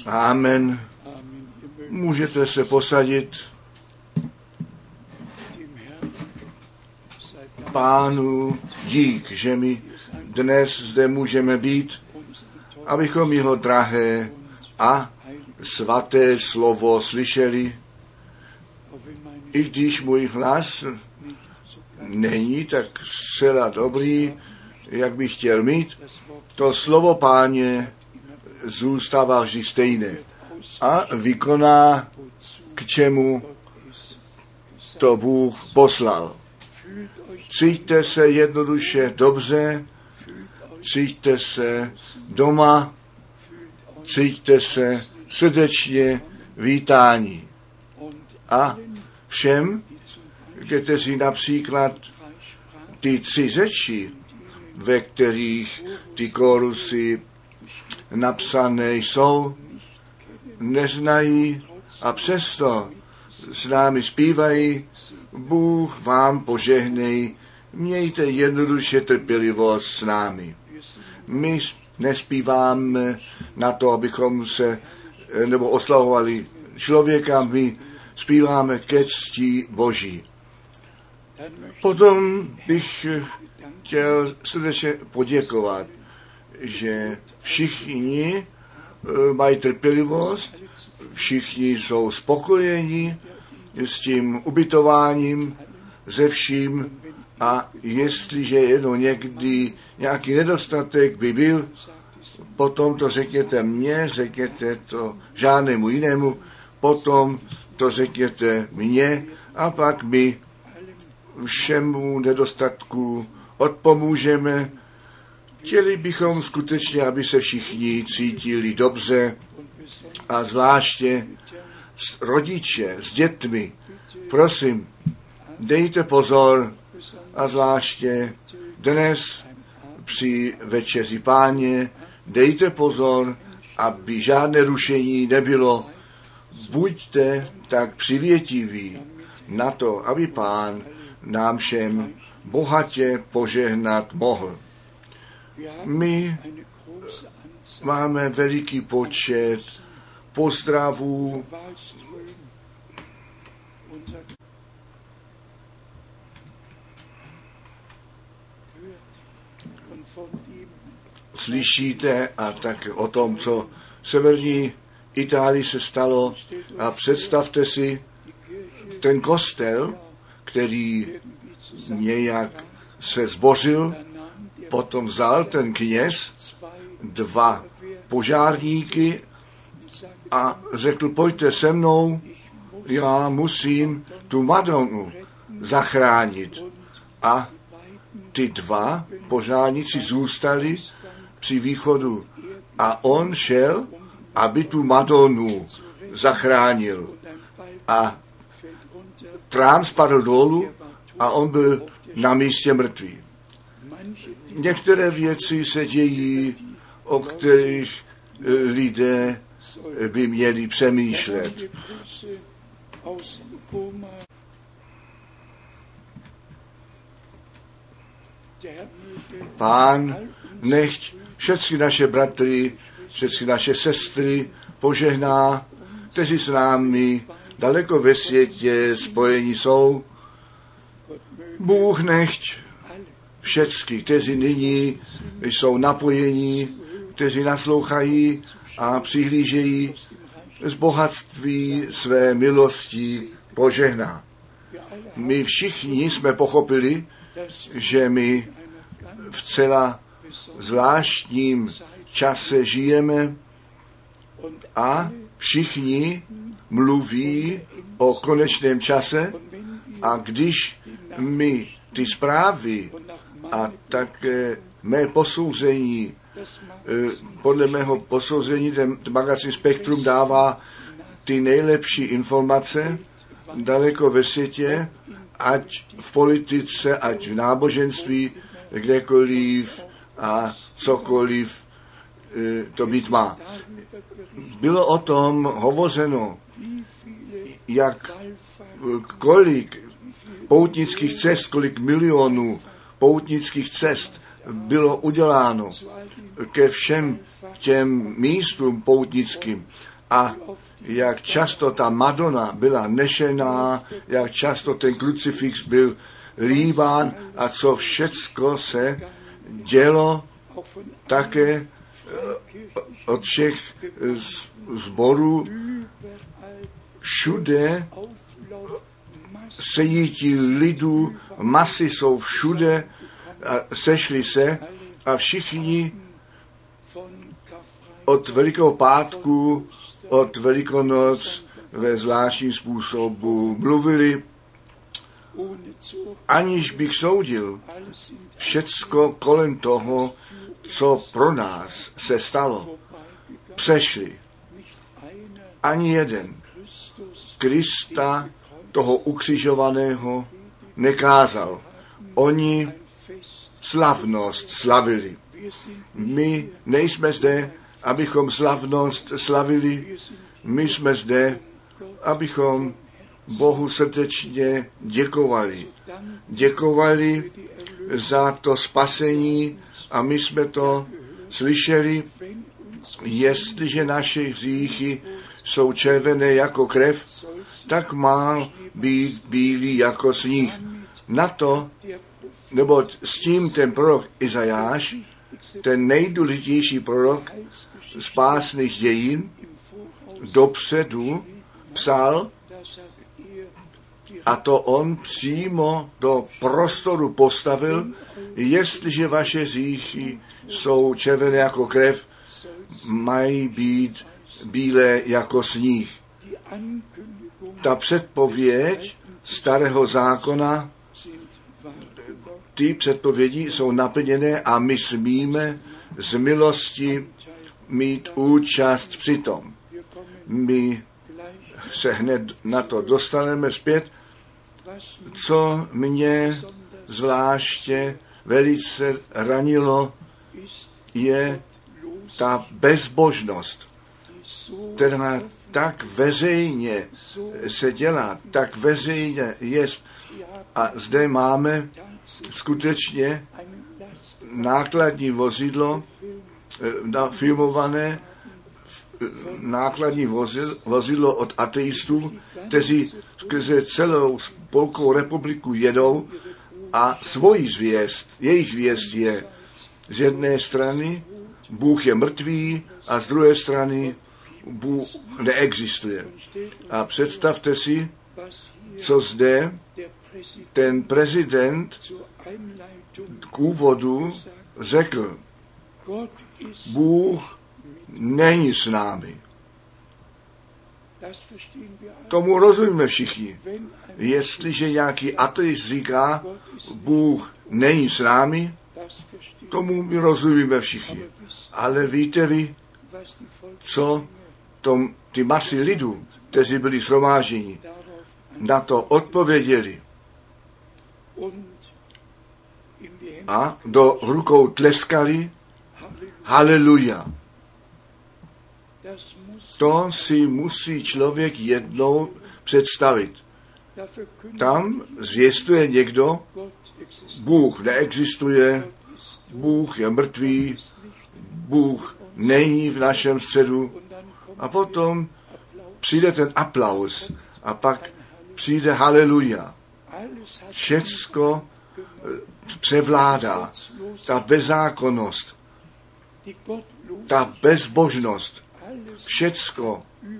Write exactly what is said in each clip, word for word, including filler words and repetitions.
Amen. Můžete se posadit. Pánu dík, že my dnes zde můžeme být, abychom jeho drahé a svaté slovo slyšeli. I když můj hlas není tak zcela dobrý, jak bych chtěl mít, to slovo Páně zůstává vždy stejné a vykoná, k čemu to Bůh poslal. Cíťte se jednoduše dobře, cíťte se doma, cíťte se srdečně vítání. A všem, kteří například ty tři řeči, ve kterých ty kórusy napsané jsou, neznají a přesto s námi zpívají, Bůh vám požehnej, mějte jednoduše trpělivost s námi. My nespíváme na to, abychom se nebo oslavovali člověka, my zpíváme ke cti Boží. Potom bych chtěl srdečně poděkovat, že všichni mají trpělivost, všichni jsou spokojeni s tím ubytováním, ze vším, a jestliže jednou někdy nějaký nedostatek by byl, potom to řekněte mně, řekněte to žádnému jinému, potom to řekněte mně a pak my všemu nedostatku odpomůžeme. Chtěli bychom skutečně, aby se všichni cítili dobře a zvláště rodiče s dětmi. Prosím, dejte pozor a zvláště dnes při večeři Páně dejte pozor, aby žádné rušení nebylo. Buďte tak přivětiví na to, aby Pán nám všem bohatě požehnat mohl. My máme veliký počet pozdravů. Slyšíte a tak o tom, co v severní Itálii se stalo, a představte si ten kostel, který nějak se zbořil, potom vzal ten kněz dva požárníky a řekl, pojďte se mnou, já musím tu Madonu zachránit. A ty dva požárníci zůstali při východu a on šel, aby tu Madonu zachránil. A trám spadl dolů a on byl na místě mrtvý. Některé věci se dějí, o kterých lidé by měli přemýšlet. Pán nechť všechny naše bratry, všechny naše sestry požehná, kteří s námi daleko ve světě spojení jsou. Bůh nechť všechny, kteří nyní jsou napojení, kteří naslouchají a přihlížejí, z bohatství své milosti požehná. My všichni jsme pochopili, že my v celá zvláštním čase žijeme a všichni mluví o konečném čase, a když my ty zprávy a také mé posouzení, podle mého posouzení ten magazín Spektrum dává ty nejlepší informace daleko ve světě, ať v politice, ať v náboženství, kdekoliv a cokoliv to být má. Bylo o tom hovořeno, jak kolik poutnických cest, kolik milionů poutnických cest bylo uděláno ke všem těm místům poutnickým. A jak často ta Madonna byla nešená, jak často ten krucifix byl líbán a co všecko se dělo také od všech zborů. Všude sejítí lidů, masy jsou všude, a sešli se a všichni od Velikého pátku, od Velikonoc ve zvláštním způsobu mluvili, aniž bych soudil všecko kolem toho, co pro nás se stalo. Přešli. Ani jeden Krista, toho ukřižovaného, nekázal. Oni slavnost slavili. My nejsme zde, abychom slavnost slavili, my jsme zde, abychom Bohu srdečně děkovali. Děkovali za to spasení a my jsme to slyšeli, jestliže naše hříchy jsou červené jako krev, tak má být bílý jako sníh. Na to, nebo s tím ten prorok Izajáš, ten nejdůležitější prorok spásných dějin, dopředu psal, a to on přímo do prostoru postavil, jestliže vaše hříchy jsou červené jako krev, mají být bílé jako sníh. Ta předpověď starého zákona, ty předpovědi jsou naplněné a my smíme z milosti mít účast při tom. My se hned na to dostaneme zpět, co mě zvláště velice ranilo, je ta bezbožnost, která tak veřejně se dělá, tak veřejně jest. A zde máme skutečně nákladní vozidlo, filmované nákladní vozidlo, vozidlo od ateistů, kteří skrze celou Spolkovou republiku jedou a svoji zvěst, jejich zvěst je z jedné strany Bůh je mrtvý a z druhé strany Bůh neexistuje. A představte si, co zde ten prezident k úvodu řekl. Bůh není s námi. Tomu rozumíme všichni. Jestliže nějaký ateist říká, Bůh není s námi, tomu my rozumíme všichni. Ale víte vy, co tom, ty masy lidů, kteří byli shromážděni, na to odpověděli a do rukou tleskali haleluja. To si musí člověk jednou představit. Tam zvěstuje někdo, Bůh neexistuje, Bůh je mrtvý, Bůh není v našem středu. A potom přijde ten aplaus a pak přijde haleluja. Všecko převládá. Ta bezzákonnost, ta bezbožnost, všecko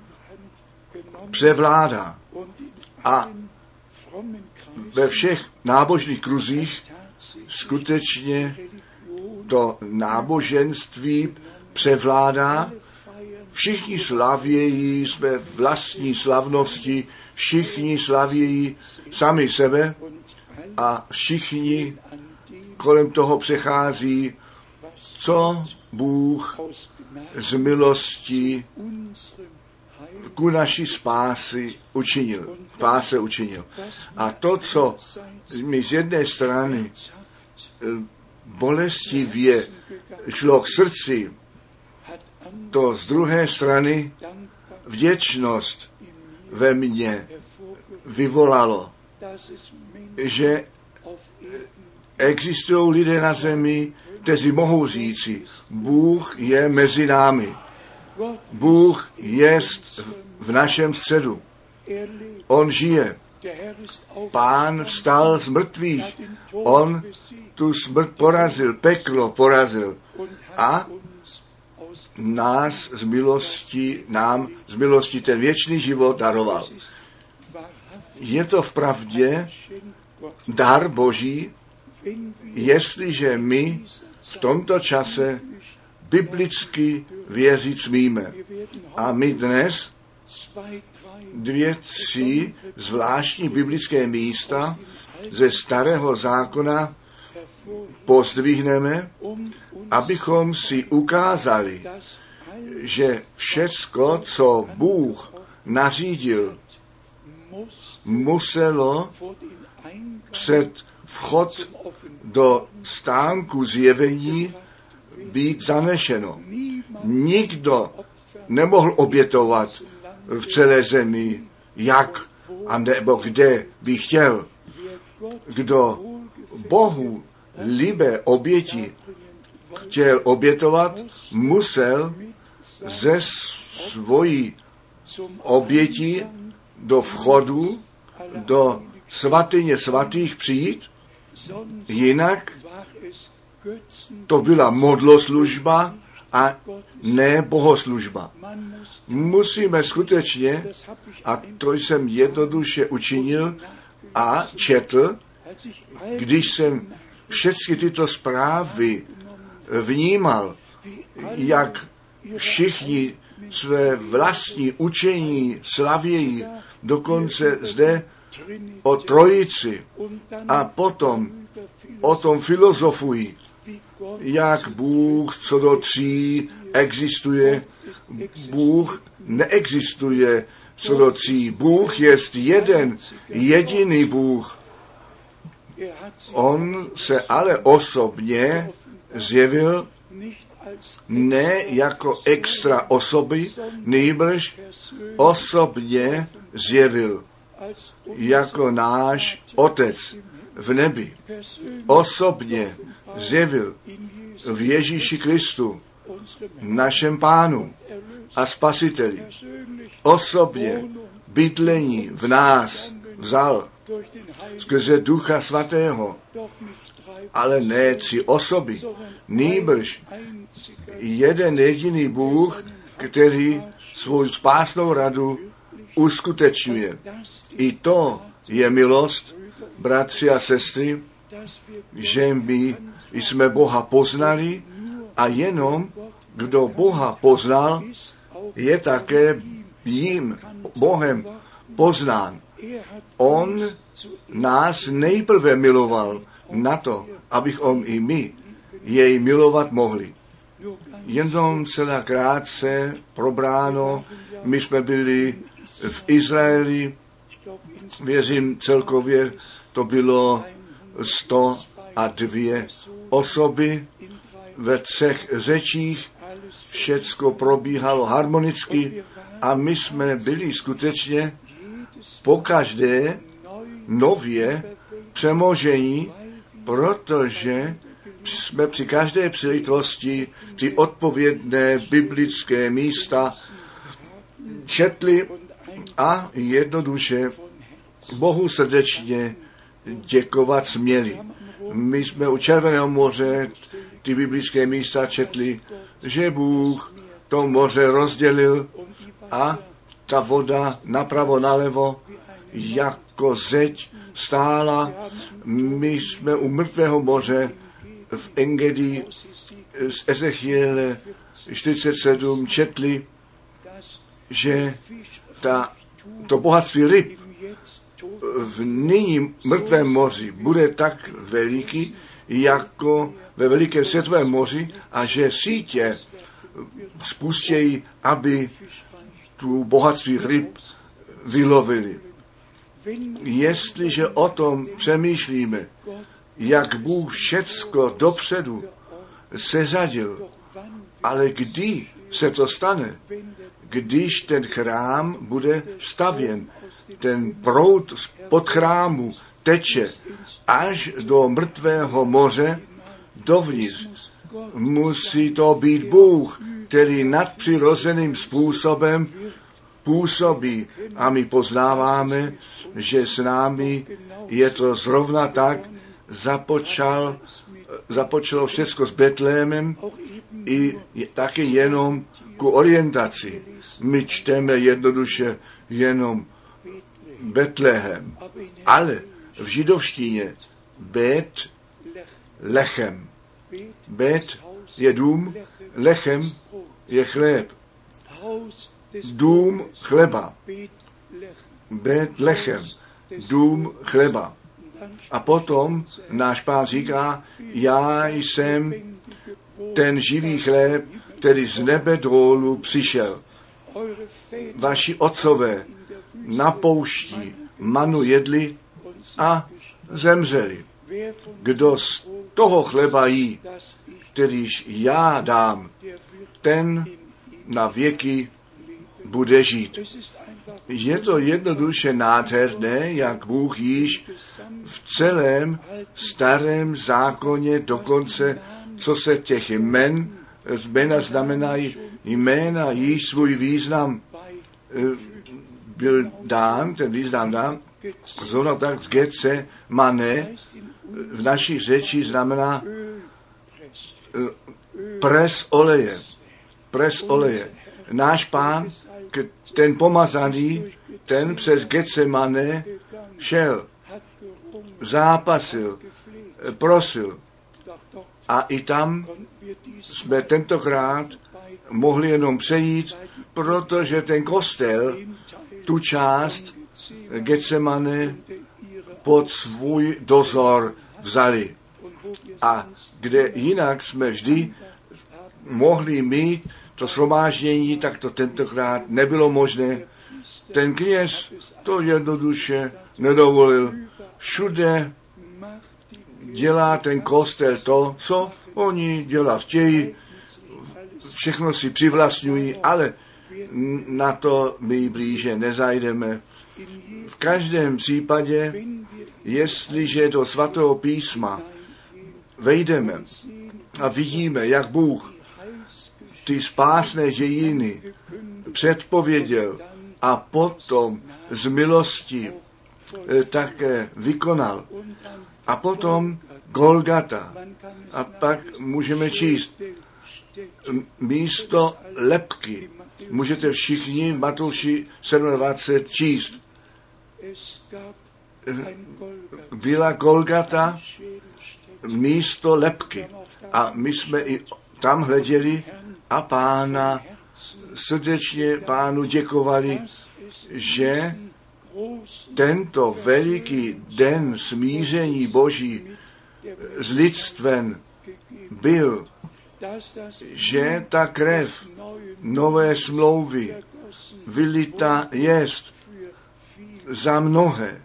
převládá. A ve všech nábožných kruzích skutečně to náboženství převládá. Všichni slavějí své vlastní slavnosti, všichni slavějí sami sebe a všichni kolem toho přechází, co Bůh z milosti ku naší spásy učinil, spáse učinil. A to, co mi z jedné strany bolestivě šlo k srdci, to z druhé strany vděčnost ve mně vyvolalo, že existují lidé na zemi, kteří mohou říci, Bůh je mezi námi. Bůh jest v našem středu. On žije. Pán vstal z mrtvých. On tu smrt porazil, peklo porazil. A nás z milosti, nám z milosti ten věčný život daroval. Je to vpravdě dar Boží, jestliže my v tomto čase biblicky věřit smíme. A my dnes dvě, tři zvláštní biblické místa ze Starého zákona pozdvihneme, abychom si ukázali, že všecko, co Bůh nařídil, muselo před vchod do stánku zjevení být zanešeno. Nikdo nemohl obětovat v celé zemi, jak a nebo kde by chtěl. Kdo Bohu libé oběti chtěl obětovat, musel ze svojí oběti do vchodu do svatyně svatých přijít, jinak to byla modloslužba a ne bohoslužba. Musíme skutečně, a to jsem jednoduše učinil a četl, když jsem všechny tyto zprávy vnímal, jak všichni své vlastní učení slavějí, dokonce zde o trojici a potom o tom filozofují, jak Bůh co do tří existuje. Bůh neexistuje co do tří. Bůh je jeden, jediný Bůh. On se ale osobně zjevil ne jako extra osoby, nýbrž osobně zjevil jako náš Otec v nebi. Osobně zjevil v Ježíši Kristu, našem Pánu a Spasiteli. Osobně bydlení v nás vzal skrze Ducha Svatého, ale ne tři osoby, nýbrž jeden jediný Bůh, který svou spásnou radu uskutečňuje. I to je milost, bratři a sestry, že my jsme Boha poznali a jenom kdo Boha poznal, je také jím, Bohem poznán. On nás nejprve miloval na to, abychom i my jej milovat mohli. Jenom celá krátce probráno, my jsme byli v Izraeli, věřím celkově, to bylo sto a dvě osoby ve třech řečích, všecko probíhalo harmonicky a my jsme byli skutečně pokaždé nově přemožení, protože jsme při každé příležitosti ty odpovědné biblické místa četli a jednoduše Bohu srdečně děkovat směli. My jsme u Červeného moře ty biblické místa četli, že Bůh to moře rozdělil a ta voda napravo nalevo jako zeď stála. My jsme u Mrtvého moře v Engedi z Ezechiele čtyřicet sedm četli, že ta, to bohatství ryb v nyní mrtvém moři bude tak veliký, jako ve velikém světovém moři a že sítě spustějí, aby tu bohatství ryb vylovili. Jestliže o tom přemýšlíme, jak Bůh všecko dopředu seřadil, ale kdy se to stane? Když ten chrám bude stavěn, ten proud pod chrámu teče až do Mrtvého moře dovnitř. Musí to být Bůh, který nadpřirozeným způsobem působí. A my poznáváme, že s námi je to zrovna tak, započal, započalo všechno s Betlémem i taky jenom ku orientaci. My čteme jednoduše jenom Betlehem, ale v židovštině Bet Lechem. Bet je dům, Lechem je chléb. Dům chleba. Bet Lechem. Dům chleba. A potom náš Pán říká, já jsem ten živý chléb, který z nebe dolů přišel. Vaši otcové na poušti manu jedli a zemřeli. Kdo z toho chleba jí, kterýž já dám, ten na věky bude žít. Je to jednoduše nádherné, jak Bůh již v celém starém zákoně, dokonce co se těch jmen, jména znamenají, jména již svůj význam byl dán, ten význam dán, zrovna tak z Gece Mane v naší řeči znamená pres oleje. Pres oleje. Náš Pán, ten pomazaný, ten přes Getsemane šel, zápasil, prosil. A i tam jsme tentokrát mohli jenom přejít, protože ten kostel tu část Getsemane pod svůj dozor vzali. A kde jinak jsme vždy mohli mít to shromáždění, tak to tentokrát nebylo možné. Ten kněz to jednoduše nedovolil. Všude dělá ten kostel to, co oni dělat chtějí, všechno si přivlastňují, ale na to my blíže nezajdeme. V každém případě, jestliže do svatého písma vejdeme a vidíme, jak Bůh ty spásné dějiny předpověděl a potom z milosti také vykonal. A potom Golgata. A pak můžeme číst místo lebky. Můžete všichni v Matouši dvacet sedm číst. Byla Golgata místo lebky. A my jsme i tam hleděli a Pána, srdečně Pánu děkovali, že tento veliký den smíření Boží s lidstvem byl, že ta krev nové smlouvy vylita jest za mnohé.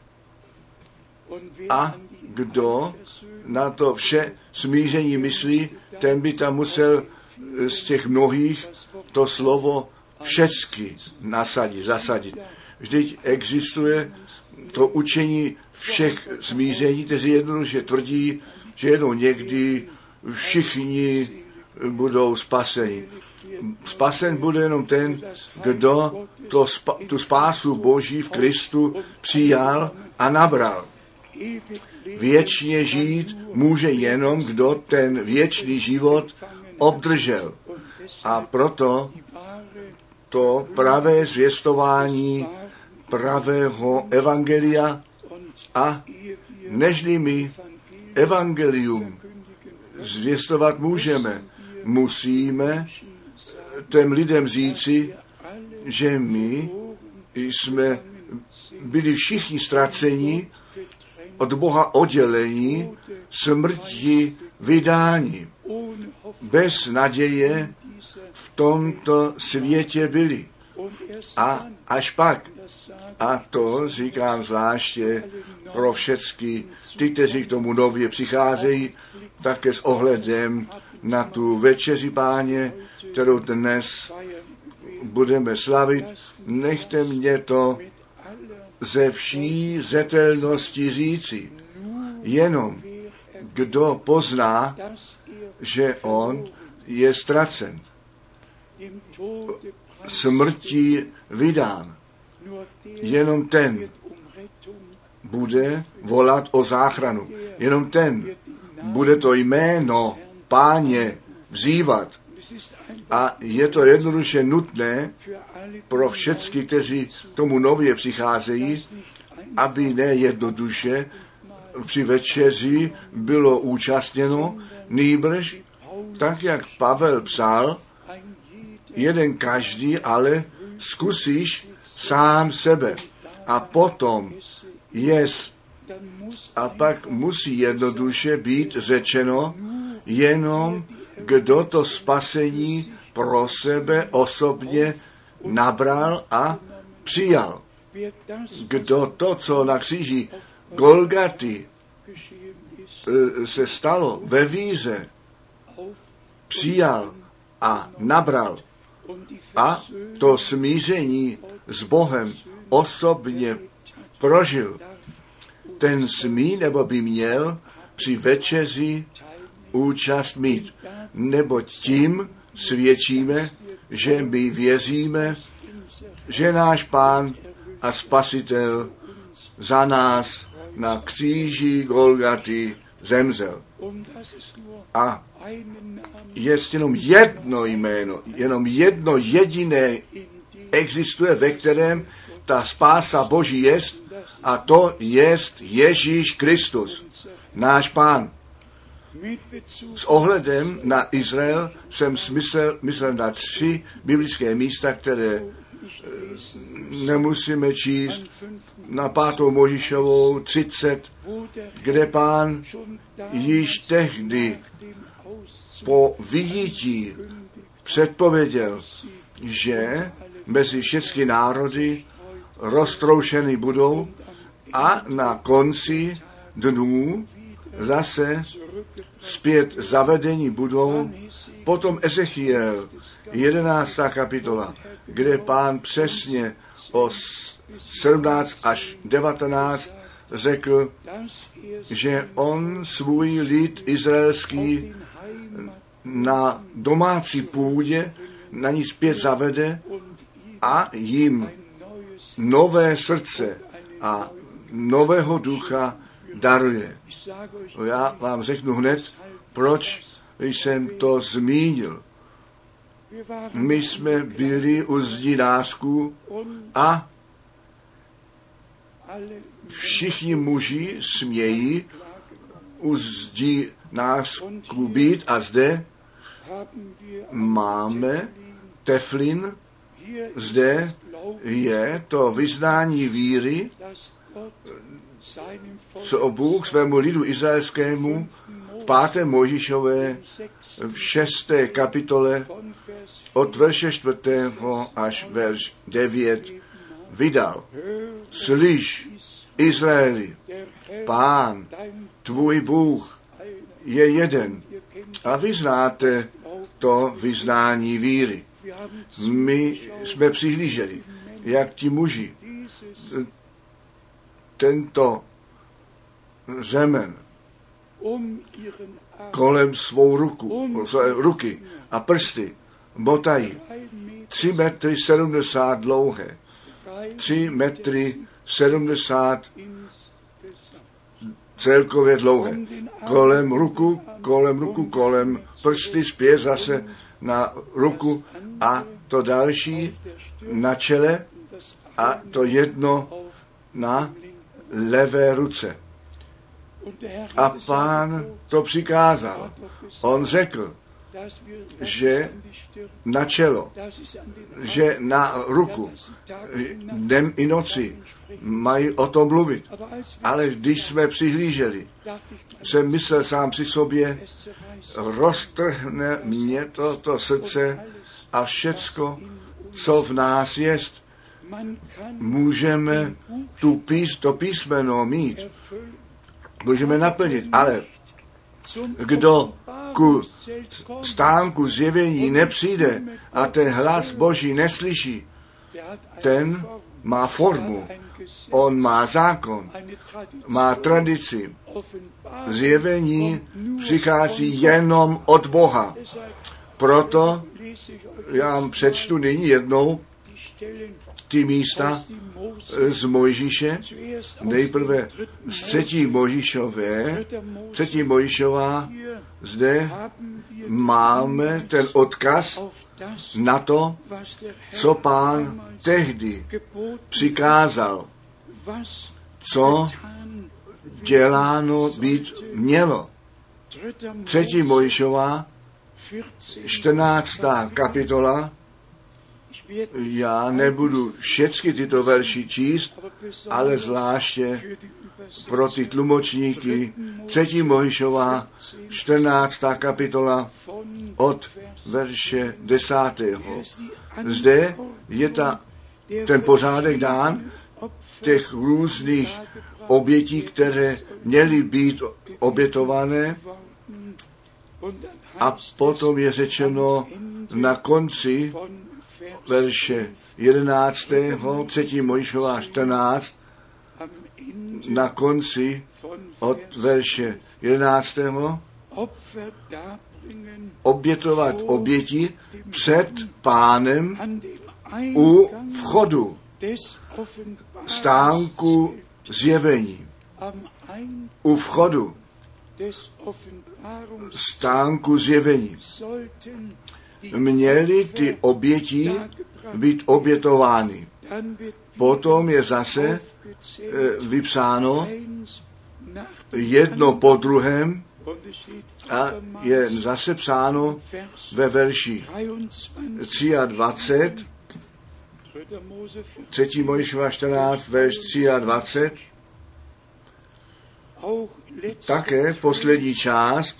A kdo na to vše smíření myslí, ten by tam musel z těch mnohých to slovo všecky nasadit, zasadit. Vždyť existuje to učení všech smíření, kteří jednoduše tvrdí, že jednou někdy všichni budou spaseni. Spasen bude jenom ten, kdo to spa, tu spásu Boží v Kristu přijal a nabral. Věčně žít může jenom, kdo ten věčný život obdržel. A proto to pravé zvěstování pravého evangelia a nežli my evangelium zvěstovat můžeme, musíme těm lidem říci, že my jsme byli všichni ztraceni, od Boha oddělení, smrti vydání. Bez naděje v tomto světě byli. A až pak, a to říkám zvláště pro všechny ty, kteří k tomu nově přicházejí, také s ohledem na tu večeři Páně, kterou dnes budeme slavit, nechte mě to ze vší zetelnosti říci. Jenom kdo pozná, že on je ztracen. smrtí vydán. Jenom ten bude volat o záchranu. Jenom ten bude to jméno Páně vzývat. A je to jednoduše nutné pro všechny, kteří tomu nově přicházejí, aby ne jednoduše při večeři bylo účastněno, nýbrž, tak jak Pavel psal, jeden každý, ale zkusíš sám sebe. A potom jest, a pak musí jednoduše být řečeno, jenom kdo to spasení pro sebe osobně nabral a přijal. Kdo to, co na kříži Golgaty se stalo ve víře, přijal a nabral a to smíření s Bohem osobně prožil, ten smí nebo by měl při večeři účast mít. Neboť tím svědčíme, že my věříme, že náš Pán a Spasitel za nás na kříži Golgaty zemřel. A je jenom jedno jméno, jenom jedno jediné existuje, ve kterém ta spása Boží jest, a to jest Ježíš Kristus, náš Pán. S ohledem na Izrael jsem smysl, myslel na tři biblické místa, které nemusíme číst, na pátou Možišovou třicet, kde Pán již tehdy po vyjití předpověděl, že mezi všechny národy roztroušeny budou a na konci dnů zase zpět zavedení budou. Potom Ezechiel, jedenáctá kapitola, kde Pán přesně o sedmnáct až devatenáct řekl, že on svůj lid izraelský na domácí půdě na ní zpět zavede a jim nové srdce a nového ducha daruje. Já vám řeknu hned, proč jsem to zmínil. My jsme byli u zdinářků a všichni muži smějí u zdinářků být a zde máme teflin, zde je to vyznání víry, co Bůh svému lidu izraelskému v páté Mojžišové v šesté kapitole od verše čtvrtého až verš devět vydal. Slyš, Izraeli, Pán, tvůj Bůh je jeden. A vy znáte to vyznání víry. My jsme přihlíželi, jak ti muži tento řemen kolem svou ruku, ruky a prsty motají. Tři metry sedmdesát dlouhé, tři metry sedmdesát celkově dlouhé. Kolem ruku, kolem ruku, kolem prsty, zpět zase na ruku a to další na čele a to jedno na levé ruce. A Pán to přikázal. On řekl, že na čelo, že na ruku, dnem i noci mají o tom mluvit. Ale když jsme přihlíželi, jsem myslel sám při sobě, roztrhne mě toto srdce a všecko, co v nás jest. Můžeme tu pís, to písmeno mít, můžeme naplnit, ale kdo ku stánku zjevení nepřijde a ten hlas Boží neslyší, ten má formu, on má zákon, má tradici. Zjevení přichází jenom od Boha. Proto já vám přečtu nyní jednou ty místa z Mojžíše, nejprve z třetí Mojžíšové, třetí Mojžíšová, zde máme ten odkaz na to, co Pán tehdy přikázal, co děláno být mělo. Třetí Mojžíšová, čtrnáctá kapitola, já nebudu všechny tyto verši číst, ale zvláště pro ty tlumočníky. Třetí Mojžíšová, čtrnáctá kapitola od verše desátého. Zde je ta, ten pořádek dán těch různých obětí, které měly být obětované, a potom je řečeno na konci verše jedenáctého, třetí Mojžíšová čtrnáct, na konci od verše jedenáctého, obětovat oběti před Pánem u vchodu stánku zjevení. U vchodu stánku zjevení měly ty oběti být obětovány. Potom je zase e, vypsáno jedno po druhém a je zase psáno ve verši dvacet tři, třetí Mojžíšova čtrnáct, verš dvacet tři, také poslední část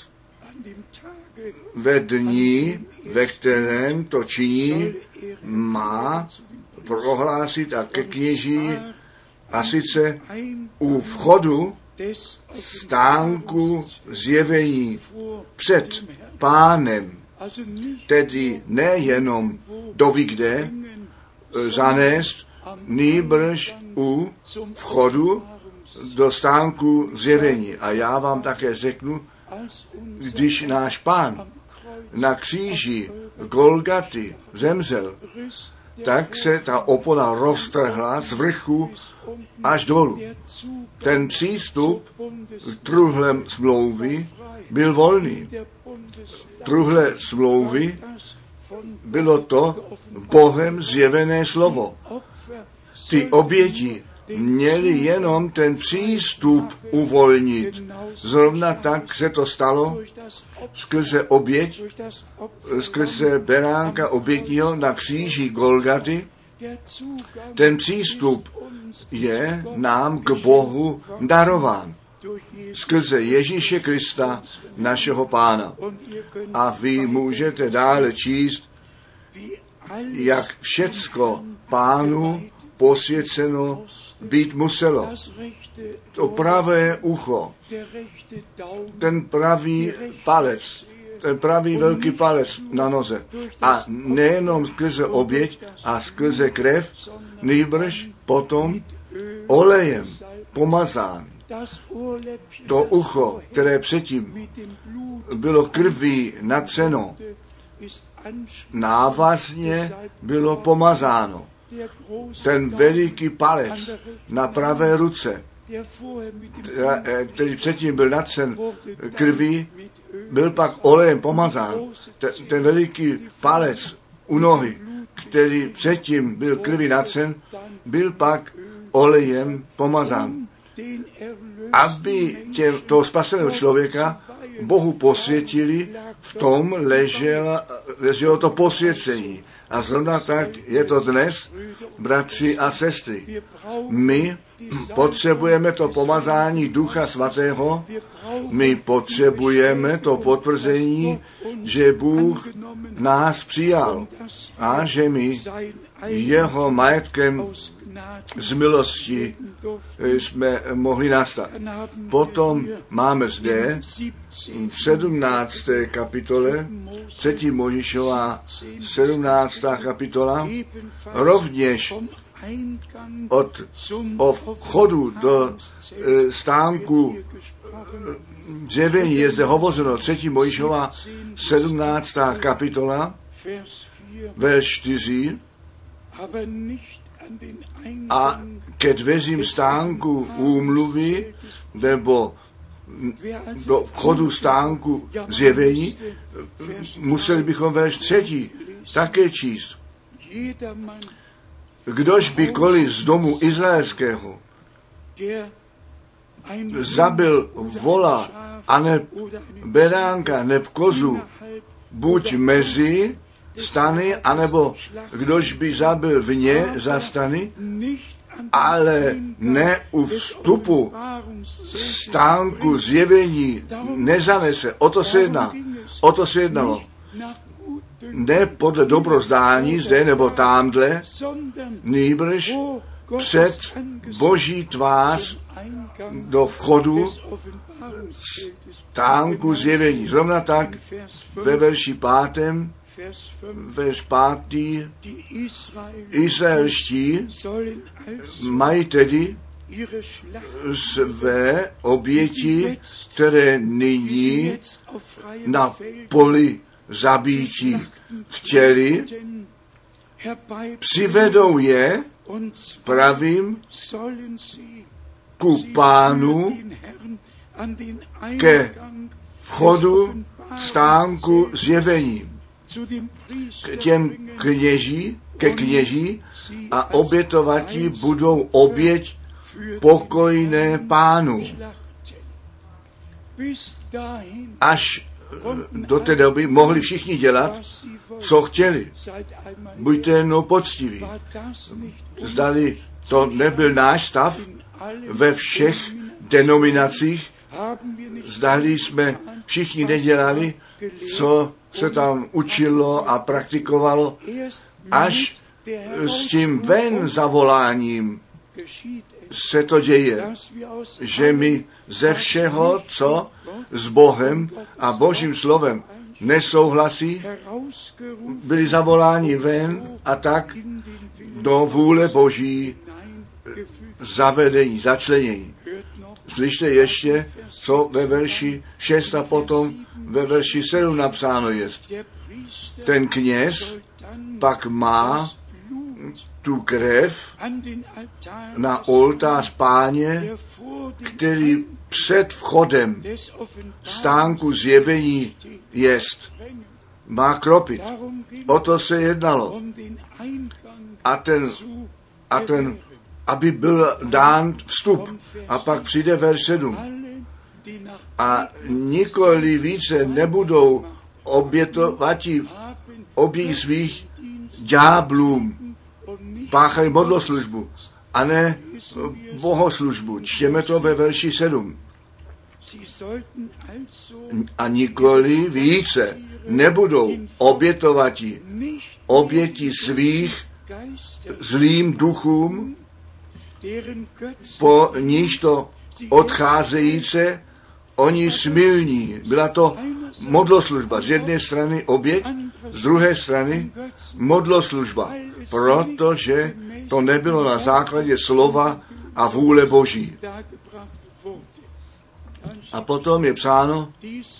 ve dní, ve kterém to činí, má prohlásit a ke kněží, a sice u vchodu stánku zjevení před Pánem, tedy nejenom doví kde zanést, nýbrž u vchodu do stánku zjevení. A já vám také řeknu, když náš Pán na kříži Golgaty zemřel, tak se ta opona roztrhla z vrchu až dolů. Ten přístup k truhlem smlouvy byl volný. Truhle smlouvy bylo to Bohem zjevené slovo. Ty oběti měli jenom ten přístup uvolnit. Zrovna tak se to stalo skrze oběť, skrze beránka obětního na kříži Golgaty. Ten přístup je nám k Bohu darován skrze Ježíše Krista, našeho Pána. A vy můžete dále číst, jak všecko Pánu posvěceno být muselo. To pravé ucho, ten pravý palec, ten pravý velký palec na noze. A nejenom skrze oběť a skrze krev, nýbrž potom olejem pomazán. To ucho, které předtím bylo krví natřeno, návazně bylo pomazáno. Ten veliký palec na pravé ruce, který předtím byl natřen krví, byl pak olejem pomazán. Ten, ten veliký palec u nohy, který předtím byl krví natřen, byl pak olejem pomazán. Aby tě, toho spaseného člověka Bohu posvětili, v tom leželo, leželo to posvěcení. A zrovna tak je to dnes, bratři a sestry. My potřebujeme to pomazání Ducha Svatého, my potřebujeme to potvrzení, že Bůh nás přijal a že my jeho majetkem z milosti jsme mohli nastat. Potom máme zde v sedmnácté kapitole, třetí Mojžíšova sedmnáctá kapitola, rovněž od o vchodu do e, stánku zjevení je zde hovořeno, třetí Mojžíšova sedmnáctá kapitola, verš čtyři, a ke dveřím stánku úmluvy, nebo do vchodu stánku zjevení, museli bychom verš třetí také číst. Kdož bykoliv z domu izraelského zabil vola a ne beránka, neb kozu, buď mezi stany, anebo kdož by zabil vně za stany, ale ne u vstupu stánku zjevení nezanese. O to se jedná. O to se jednalo. Ne podle dobrozdání zde nebo tamhle, nýbrž před Boží tvář do vchodu stánku zjevení. Zrovna tak ve verši pátém, verš pátý, izraelští mají tedy své oběti, které nyní na poli zabítí chtěli, přivedou je, pravím, ku Pánu, ke vchodu stánku zjevení, k těm kněží, ke kněží a obětovatí budou oběť pokojné Pánu. Až do té doby mohli všichni dělat, co chtěli. Buďte jenom poctiví. Zdali to nebyl náš stav ve všech denominacích, zdali jsme všichni nedělali, co se tam učilo a praktikovalo, až s tím ven zavoláním se to děje, že my ze všeho, co s Bohem a Božím slovem nesouhlasí, byli zavoláni ven a tak do vůle Boží zavedení, začlenění. Slyšte ještě, co ve verši šest a potom ve verši sedm napsáno je. Ten kněz pak má tu krev na oltář Páně, který před vchodem stánku zjevení jest. Má kropit. O to se jednalo. A ten, a ten, aby byl dán vstup. A pak přijde verš sedm. A nikoli více nebudou obětovati oběť svých ďáblům, páchají modloslužbu a ne bohoslužbu. Čtěme to ve verši sedm. A nikoli více nebudou obětovati oběti svých zlým duchům, po níž to odcházejíce, oni smilní. Byla to modloslužba. Z jedné strany oběť, z druhé strany modloslužba. Protože to nebylo na základě slova a vůle Boží. A potom je psáno,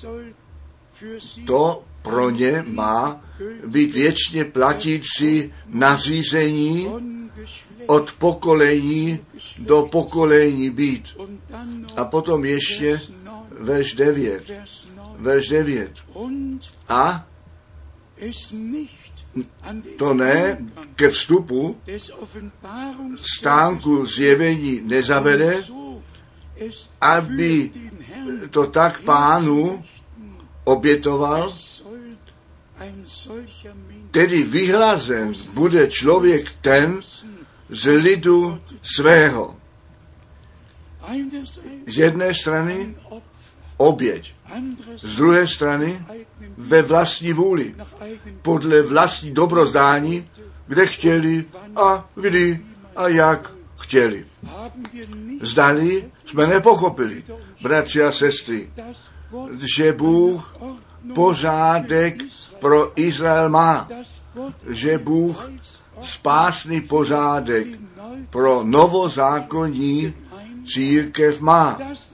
to pro ně má být věčně platící nařízení od pokolení do pokolení být. A potom ještě verš devět. Verš devět. A to ne ke vstupu stánku zjevení nezavede, aby to tak Pánu obětoval, tedy vyhlazen bude člověk ten z lidu svého. Z jedné strany oběť, z druhé strany ve vlastní vůli, podle vlastní dobrozdání, kde chtěli a kdy a jak chtěli. Zdali jsme nepochopili, bratři a sestry, že Bůh pořádek pro Izrael má, že Bůh spásný pořádek pro novozákonní církev má.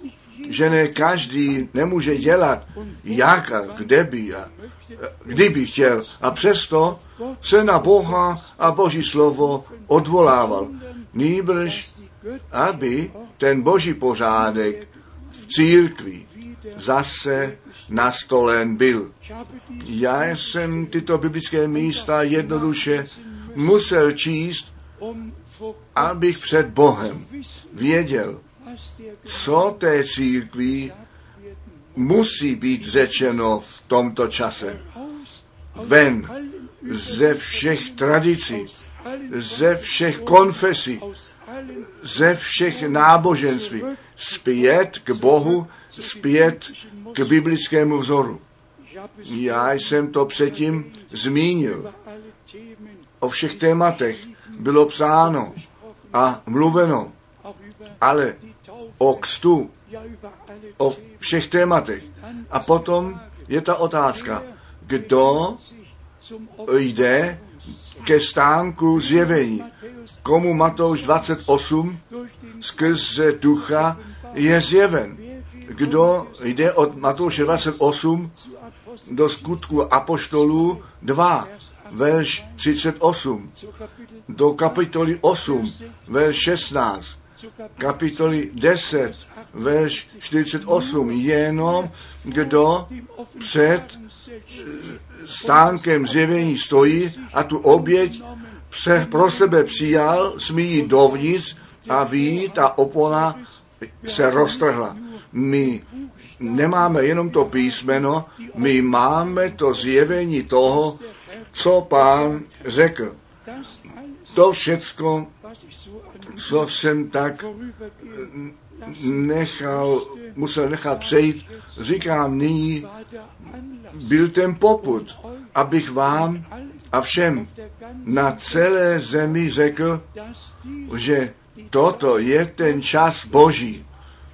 že ne každý nemůže dělat, jak a kde by a kdyby chtěl. A přesto se na Boha a Boží slovo odvolával. Nýbrž, aby ten Boží pořádek v církvi zase nastolen byl. Já jsem tyto biblické místa jednoduše musel číst, abych před Bohem věděl, co té církvi musí být řečeno v tomto čase. Ven ze všech tradicí, ze všech konfesí, ze všech náboženství, zpět k Bohu, zpět k biblickému vzoru. Já jsem to předtím zmínil. O všech tématech bylo psáno a mluveno, ale o kstu, o všech tématech. A potom je ta otázka, kdo jde ke stánku zjevení. Komu Matouš dvacet osm skrze ducha je zjeven. Kdo jde od Matouše dvacet osm do skutku apoštolů dva, verš třicet osm, do kapitoly osm, verš šestnáct, kapitoly deset, verš čtyřicet osm, jenom kdo před stánkem zjevení stojí a tu oběť se pro sebe přijal, smí jít dovnitř a ví, ta opona se roztrhla. My nemáme jenom to písmeno, my máme to zjevení toho, co Pán řekl. To všecko, co jsem tak nechal, musel nechat přejít, říkám nyní, byl ten popud, abych vám a všem na celé zemi řekl, že toto je ten čas Boží.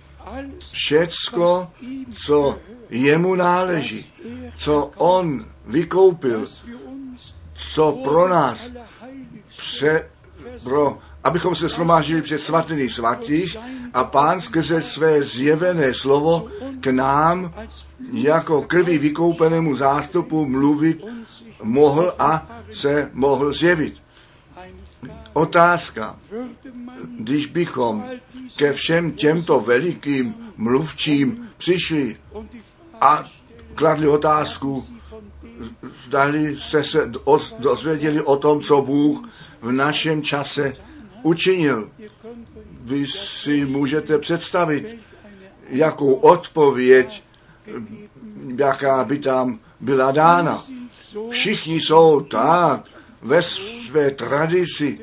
Všecko, co jemu náleží, co on vykoupil, co pro nás, pře, pro, abychom se shromáždili před svatyní svatých a Pán skrze své zjevené slovo k nám jako krví vykoupenému zástupu mluvit mohl a se mohl zjevit. Otázka, když bychom ke všem těmto velikým mluvčím přišli a kladli otázku, zdali jste se dozvěděli o tom, co Bůh v našem čase učinil. Vy si můžete představit, jakou odpověď, jaká by tam byla dána. Všichni jsou tak ve své tradici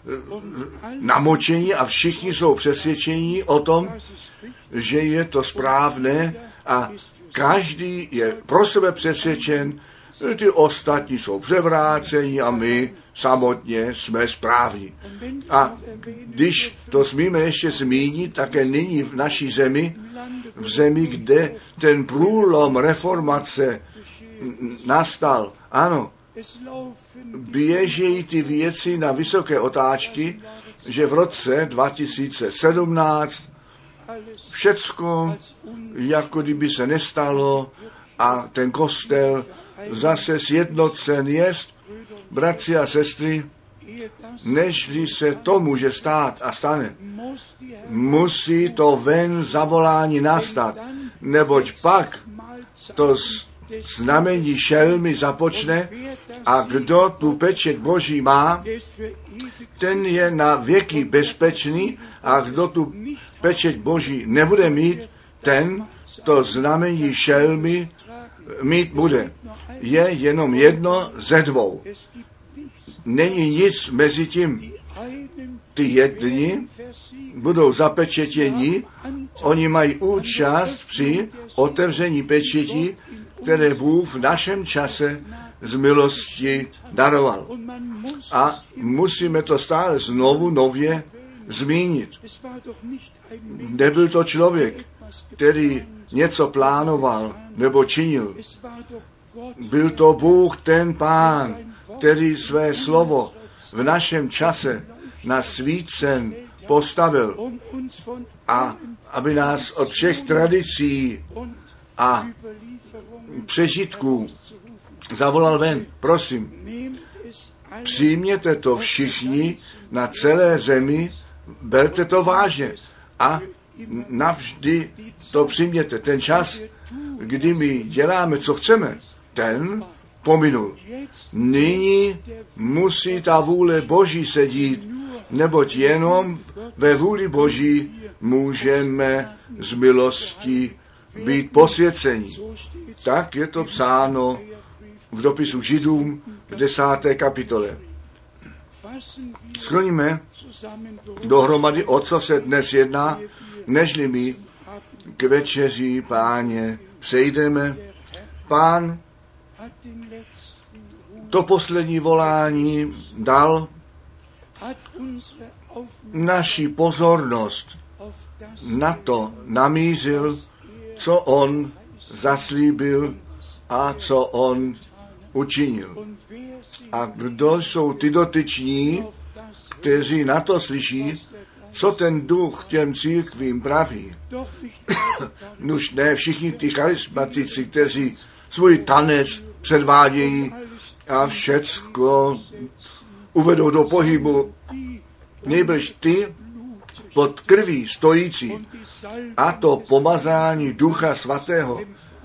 namočení a všichni jsou přesvědčení o tom, že je to správné a každý je pro sebe přesvědčen, ty ostatní jsou převrácení a my samotně jsme správní. A když to smíme ještě zmínit, také nyní v naší zemi, v zemi, kde ten průlom reformace nastal, ano, běžejí ty věci na vysoké otáčky, že v roce dva tisíce sedmnáct všecko, jako kdyby se nestalo a ten kostel zase sjednocen jest, bratři a sestry, nežli se to může stát a stane, musí to ven zavolání nastat, neboť pak to znamení šelmy započne a kdo tu pečeť Boží má, ten je na věky bezpečný a kdo tu pečeť Boží nebude mít, ten to znamení šelmy mít bude. Je jenom jedno ze dvou. Není nic mezi tím. Ty jedni budou zapečetěni, oni mají účast při otevření pečetí, které Bůh v našem čase z milosti daroval. A musíme to stále znovu nově zmínit. Nebyl to člověk, který něco plánoval nebo činil. Byl to Bůh, ten Pán, který své slovo v našem čase nasvícen postavil a aby nás od všech tradicí a přežitků zavolal ven. Prosím, přijměte to všichni na celé zemi, berte to vážně a navždy to přijměte. Ten čas, kdy my děláme, co chceme, ten pominul. Nyní musí ta vůle Boží sedít, neboť jenom ve vůli Boží můžeme z milostí být posvěcení. Tak je to psáno v dopisu k Židům v desáté kapitole. Skloňme dohromady, o co se dnes jedná, nežli my k večeři Páně přejdeme. Pán to poslední volání dal naši pozornost na to namířil, co on zaslíbil a co on učinil. A kdo jsou ty dotyční, kteří na to slyší, co ten duch těm církvím praví? Nuž ne všichni ty charismatici, kteří svůj tanec předvádějí a všecko uvedou do pohybu, nejbrž ty pod krví stojící a to pomazání Ducha Svatého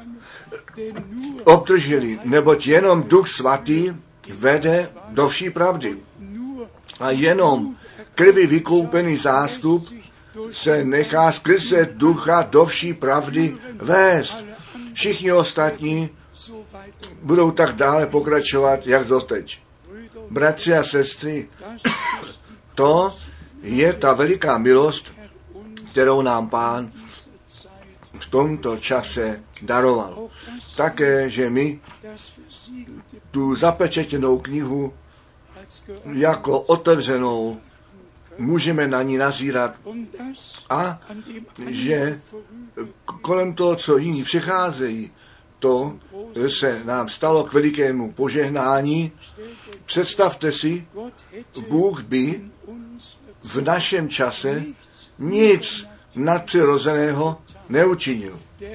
obdrželi, neboť jenom Duch Svatý vede do vší pravdy. A jenom krvi vykoupený zástup se nechá skrze Ducha do vší pravdy vést. Všichni ostatní budou tak dále pokračovat, jak doteď. Bratři a sestry, to je ta veliká milost, kterou nám Pán v tomto čase daroval. Také, že my tu zapečetěnou knihu jako otevřenou můžeme na ní nazírat a že kolem toho, co jiní přecházejí, to se nám stalo k velikému požehnání. Představte si, Bůh by v našem čase nic nadpřirozeného neučinil.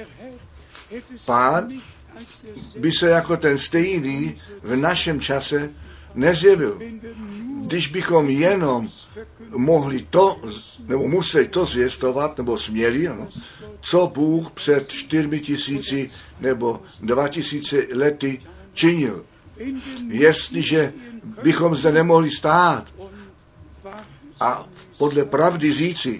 Pán by se jako ten stejný v našem čase nezjevil. Když bychom jenom mohli to, nebo museli to zvěstovat, nebo směli, ano, co Bůh před čtyřmi tisíci nebo dva tisíce lety činil. Jestliže bychom zde nemohli stát a podle pravdy říci,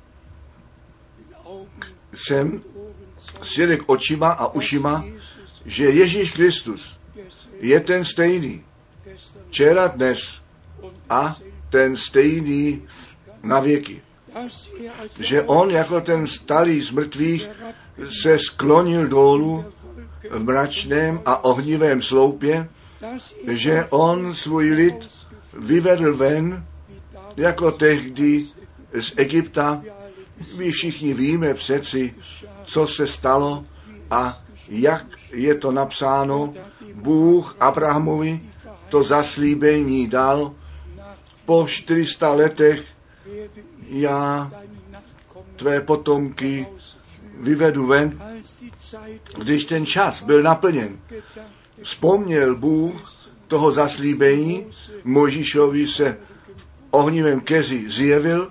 jsem svědek očima a ušima, že Ježíš Kristus je ten stejný, včera, dnes a ten stejný na věky. Že on jako ten stalý z mrtvých se sklonil dolů v mračném a ohnivém sloupě, že on svůj lid vyvedl ven, jako tehdy z Egypta. My všichni víme přeci, co se stalo a jak je to napsáno. Bůh Abrahamovi to zaslíbení dal. Po čtyřista letech já tvé potomky vyvedu ven. Když ten čas byl naplněn, vzpomněl Bůh toho zaslíbení, Mojžíšovi se v ohnivém keři zjevil,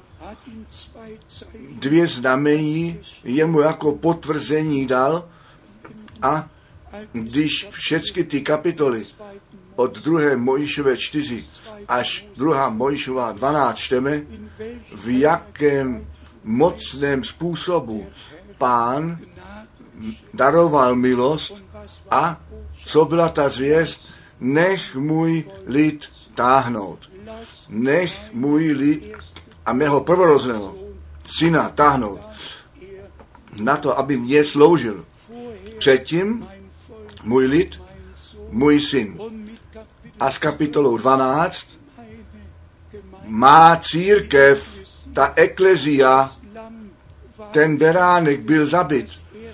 dvě znamení jemu jako potvrzení dal a když všechny ty kapitoly od druhé Mojžíšové čtyři až druhá Mojžíšova dvanáct čteme, v jakém mocném způsobu Pán daroval milost a co byla ta zvěst, nech můj lid táhnout. Nech můj lid a mého prvorozeného syna táhnout na to, aby mě sloužil. Předtím můj lid, můj syn. A s kapitolou dvanáct má církev, ta eklezia, ten beránek byl zabit.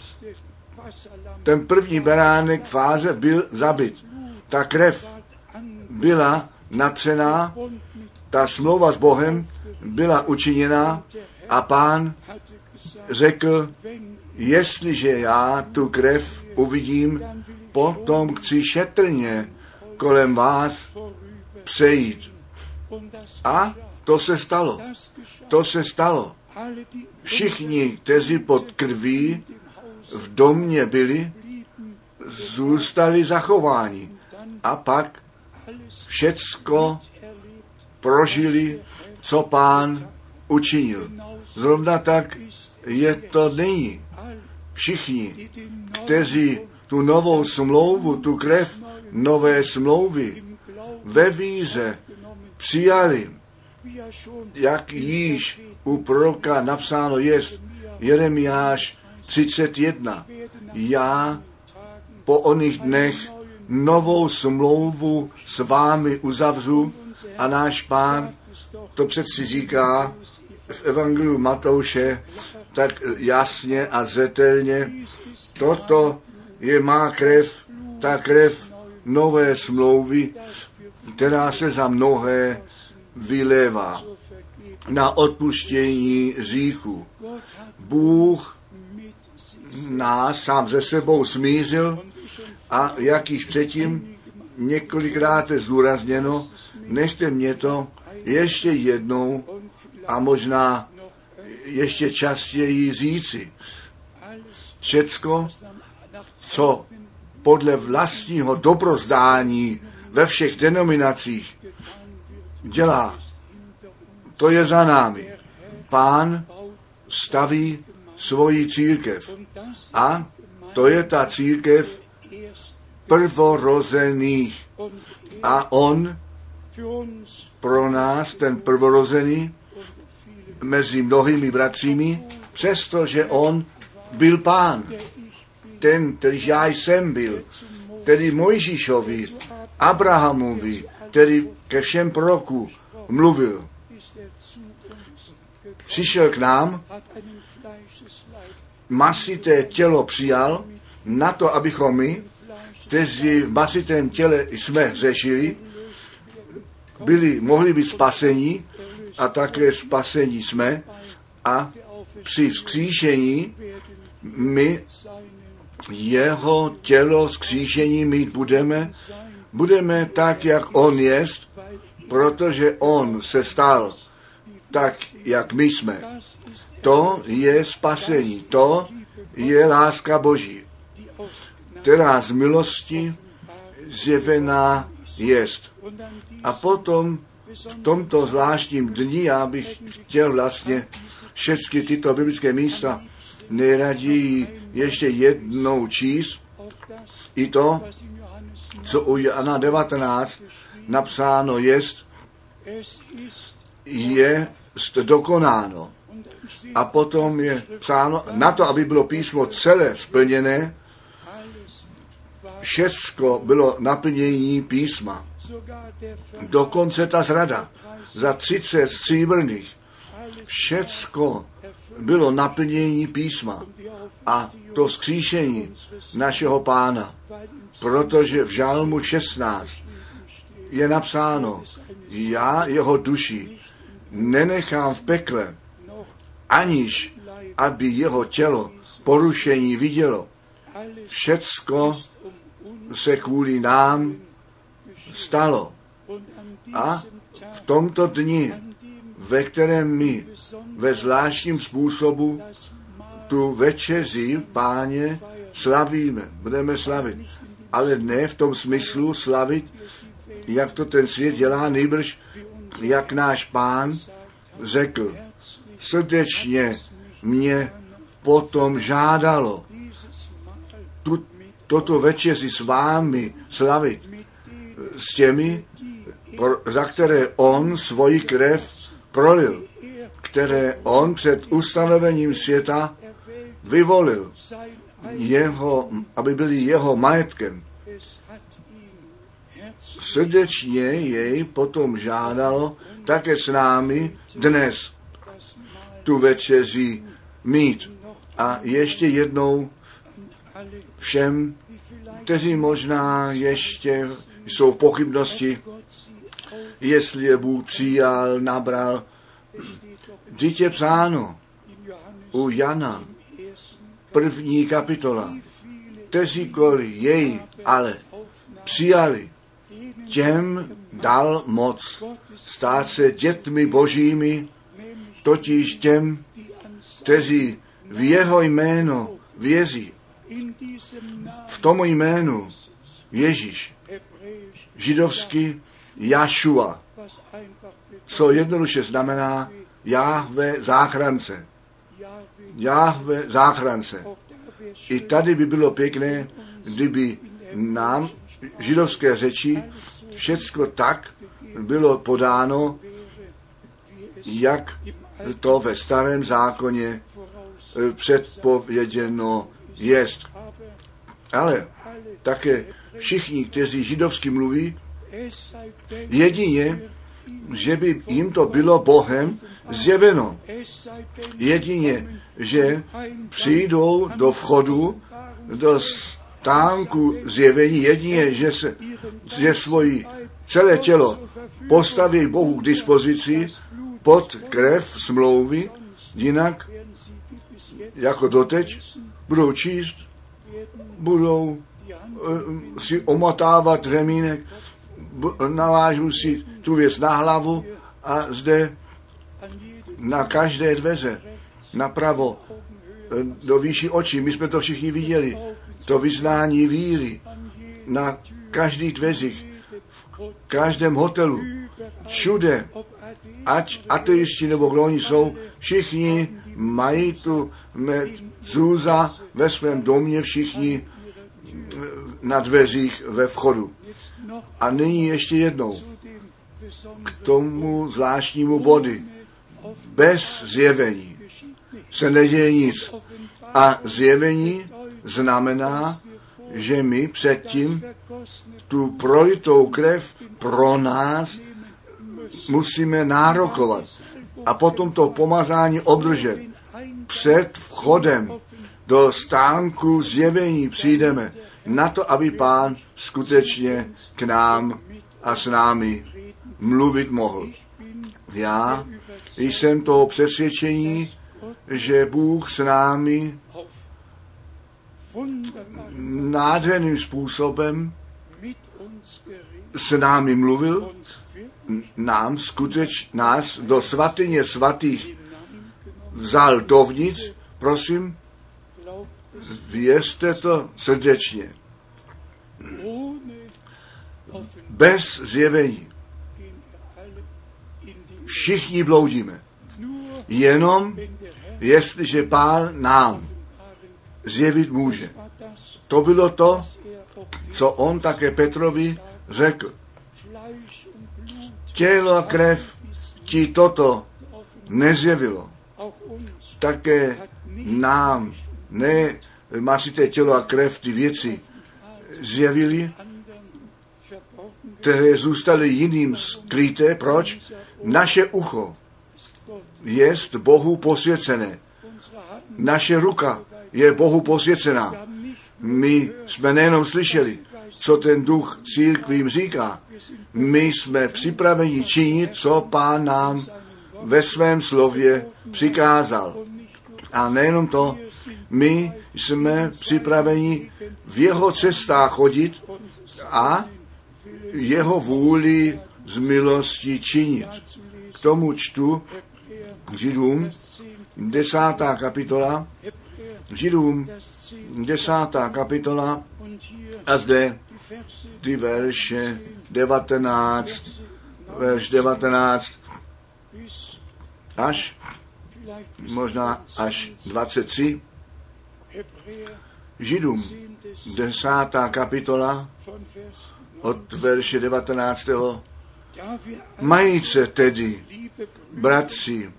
Ten první beránek fáze byl zabit. Ta krev byla natřená ta smlouva s Bohem byla učiněna a Pán řekl, jestliže já tu krev uvidím, potom chci šetrně kolem vás přejít. A to se stalo. To se stalo. Všichni, kteří pod krví v domě byli, zůstali zachováni. A pak všecko prožili, co Pán učinil. Zrovna tak je to nyní. Všichni, kteří tu novou smlouvu, tu krev nové smlouvy ve víře přijali, jak již u proroka napsáno jest, Jeremiáš třicet jedna. Já po oných dnech novou smlouvu s vámi uzavřu a náš Pán to přeci říká v Evangeliu Matouše tak jasně a zřetelně. Toto je má krev, ta krev nové smlouvy, která se za mnohé vylévá na odpuštění hříchu. Bůh nás sám ze sebou smířil a jak již předtím několikrát je zdůrazněno, nechte mě to ještě jednou a možná ještě častěji říci. Všecko, co podle vlastního dobrozdání ve všech denominacích dělá, to je za námi. Pán staví svoji církev a to je ta církev prvorozených. A on pro nás, ten prvorozený, mezi mnohými bratřími, přestože on byl Pán, ten, který já jsem byl, tedy Mojžíšovi, Abrahamovi, který ke všem prorokům mluvil. Přišel k nám, masité tělo přijal, na to, abychom my, kteří v masitém těle jsme řešili, byli, mohli být spaseni a také spasení jsme a při vzkříšení my jeho tělo vzkříšení mít budeme, budeme tak, jak on jest, protože on se stal tak, jak my jsme. To je spasení, to je láska Boží, která z milosti zjevená jest. A potom v tomto zvláštním dni já bych chtěl vlastně všechny tyto biblické místa nejraději ještě jednou číst. I to, co u Jana devatenáct napsáno jest, je dokonáno. A potom je psáno, na to, aby bylo písmo celé splněné, všecko bylo naplnění písma. Dokonce ta zrada za třicet stříbrných. Všecko bylo naplnění písma. A to vzkříšení našeho Pána. Protože v Žalmu šestnáct je napsáno, já jeho duši nenechám v pekle, aniž aby jeho tělo porušení vidělo. Všecko se kvůli nám stalo. A v tomto dni, ve kterém my ve zvláštním způsobu tu večeři Páně slavíme, budeme slavit. Ale ne v tom smyslu slavit, jak to ten svět dělá, nejbrž jak náš Pán řekl, srdečně mě potom žádalo tu, toto večeři s vámi slavit s těmi, za které on svoji krev prolil, které on před ustanovením světa vyvolil, jeho, aby byli jeho majetkem. Srdečně jej potom žádalo také s námi dnes tu večeři mít. A ještě jednou všem, kteří možná ještě jsou v pochybnosti, jestli je Bůh přijal, nabral. Vždyť je psáno u Jana, první kapitola, kteří kvůli jej ale přijali, těm dal moc stát se dětmi božími, totiž těm, kteří v jeho jméno věří. V tomu jménu Ježíš, židovsky Jašua, co jednoduše znamená Jahve záchrance. Jahve záchrance. I tady by bylo pěkné, kdyby nám židovské řeči všecko tak bylo podáno, jak to ve starém zákoně předpověděno jest. Ale také všichni, kteří židovsky mluví, jedině, že by jim to bylo Bohem zjeveno. Jedině, že přijdou do vchodu, do stánku zjevení, jedině, že, se, že svoji celé tělo postaví Bohu k dispozici pod krev smlouvy, jinak, jako doteď, budou číst, budou uh, si omotávat remínek, navážu si tu věc na hlavu a zde na každé dveře, napravo, do výši očí, my jsme to všichni viděli, to vyznání víry na každých dveřích, v každém hotelu, všude, ať ateisti nebo kdo oni jsou, všichni mají tu mezúza ve svém domě, všichni na dveřích ve vchodu. A nyní ještě jednou k tomu zvláštnímu body. Bez zjevení se neděje nic. A zjevení znamená, že my předtím tu prolitou krev pro nás musíme nárokovat a potom to pomazání obdržet. Před vchodem do stánku zjevení přijdeme na to, aby Pán skutečně k nám a s námi mluvit mohl. Já jsem toho přesvědčení, že Bůh s námi nádherným způsobem s námi mluvil, nám skuteč, nás do svatyně svatých vzal dovnitř, prosím, věřte to srdečně. Bez zjevení všichni bloudíme. Jenom jestliže Pán nám zjevit může. To bylo to, co on také Petrovi řekl. Tělo a krev ti toto nezjevilo. Také nám ne masité tělo a krev ty věci zjevili, které zůstaly jiným skryté. Proč? Naše ucho jest Bohu posvěcené. Naše ruka je Bohu posvěcená. My jsme nejenom slyšeli, co ten duch církvím říká. My jsme připraveni činit, co Pán nám ve svém slově přikázal. A nejenom to, my jsme připraveni v jeho cestách chodit a jeho vůli z milosti činit. K tomu čtu Židům desátá kapitola, Židům desátá kapitola a zde ty verše devatenáct, verš devatenáct až možná až dvacet tři. Židům desátá kapitola od verše devatenáctého. Majíce tedy, bratři,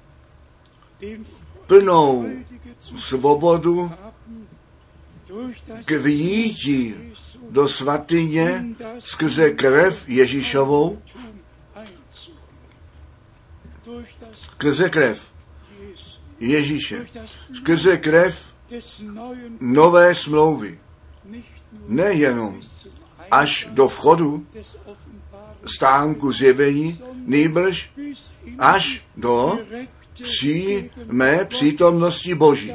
plnou svobodu k vjítí do svatyně skrze krev Ježíšovou, skrze krev Ježíše, skrze krev nové smlouvy, nejenom až do vchodu stánku zjevení, nýbrž až do přímé přítomnosti Boží.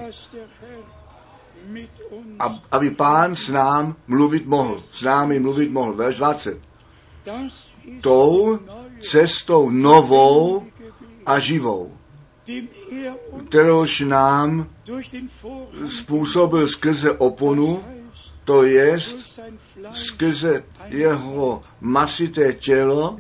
Aby Pán s nám mluvit mohl, s námi mluvit mohl. Verš dvacet. Tou cestou novou a živou, kterouž nám způsobil skrze oponu, to jest skrze jeho masité tělo.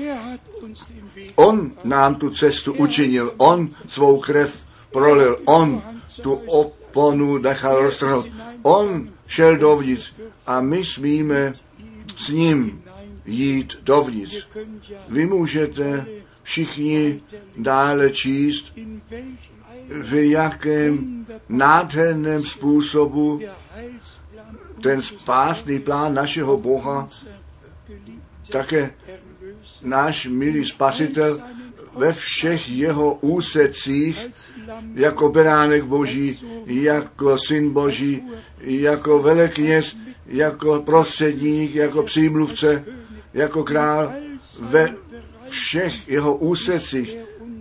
On nám tu cestu učinil, on svou krev prolil, on tu oponu nechal roztrhnout, on šel dovnitř a my smíme s ním jít dovnitř. Vy můžete všichni dále číst, v jakém nádherném způsobu ten spásný plán našeho Boha, také náš milý Spasitel ve všech jeho úsecích, jako beránek Boží, jako syn Boží, jako velekněz, jako prostředník, jako přímluvce, jako král, ve všech jeho úsecích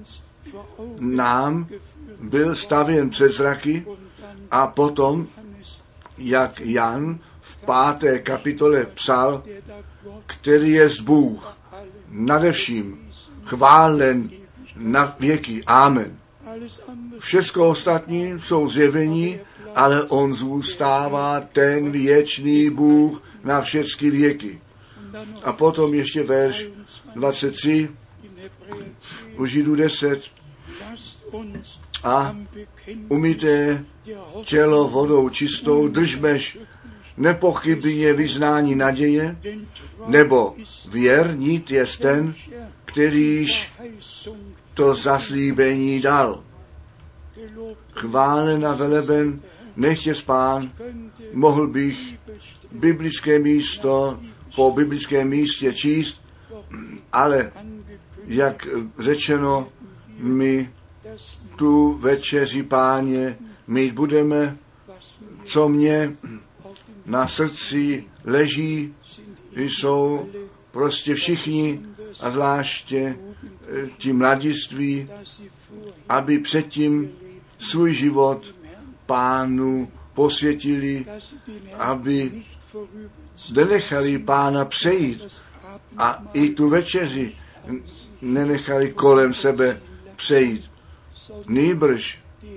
nám byl stavěn před zraky a potom, jak Jan v páté kapitole psal, který je Bůh nadevším chválen na věky. Amen. Všechno ostatní jsou zjevení, ale on zůstává ten věčný Bůh na všechny věky. A potom ještě verš dvacet tři, u Židů deset. A umyté tělo vodou čistou, držmeš nepochybně vyznání naděje, nebo věrnit je ten, kterýž to zaslíbení dal. Chválen a veleben, nechtě Pán, mohl bych biblické místo po biblickém místě číst, ale jak řečeno, my tu večeři Páně mít budeme, co mě na srdci leží, jsou prostě všichni, a zvláště ti mladiství, aby předtím svůj život Pánu posvětili, aby nenechali Pána přejít a i tu večeři nenechali kolem sebe přejít. Nýbrž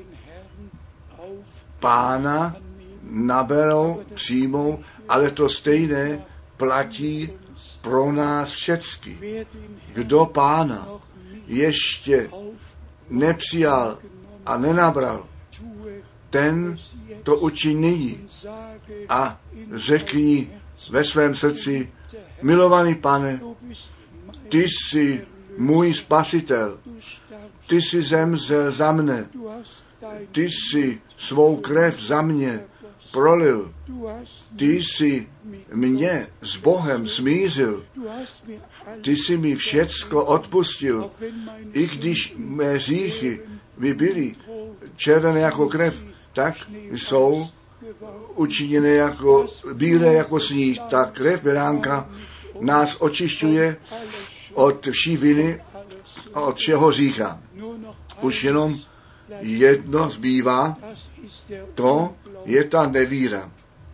Pána naberou, přijmou, ale to stejné platí pro nás všecky. Kdo Pána ještě nepřijal a nenabral, ten to učiní a řekni ve svém srdci, milovaný Pane, ty jsi můj spasitel, ty jsi zemřel za mne, ty jsi svou krev za mě prolil, ty jsi mě s Bohem smířil, ty jsi mi všecko odpustil, i když mé hříchy by byly červené jako krev, tak jsou učiněné jako bílé jako sníh. Ta krev beránka nás očišťuje od vší viny a od všeho hřícha. Už jenom jedno zbývá, to je ta nevíra.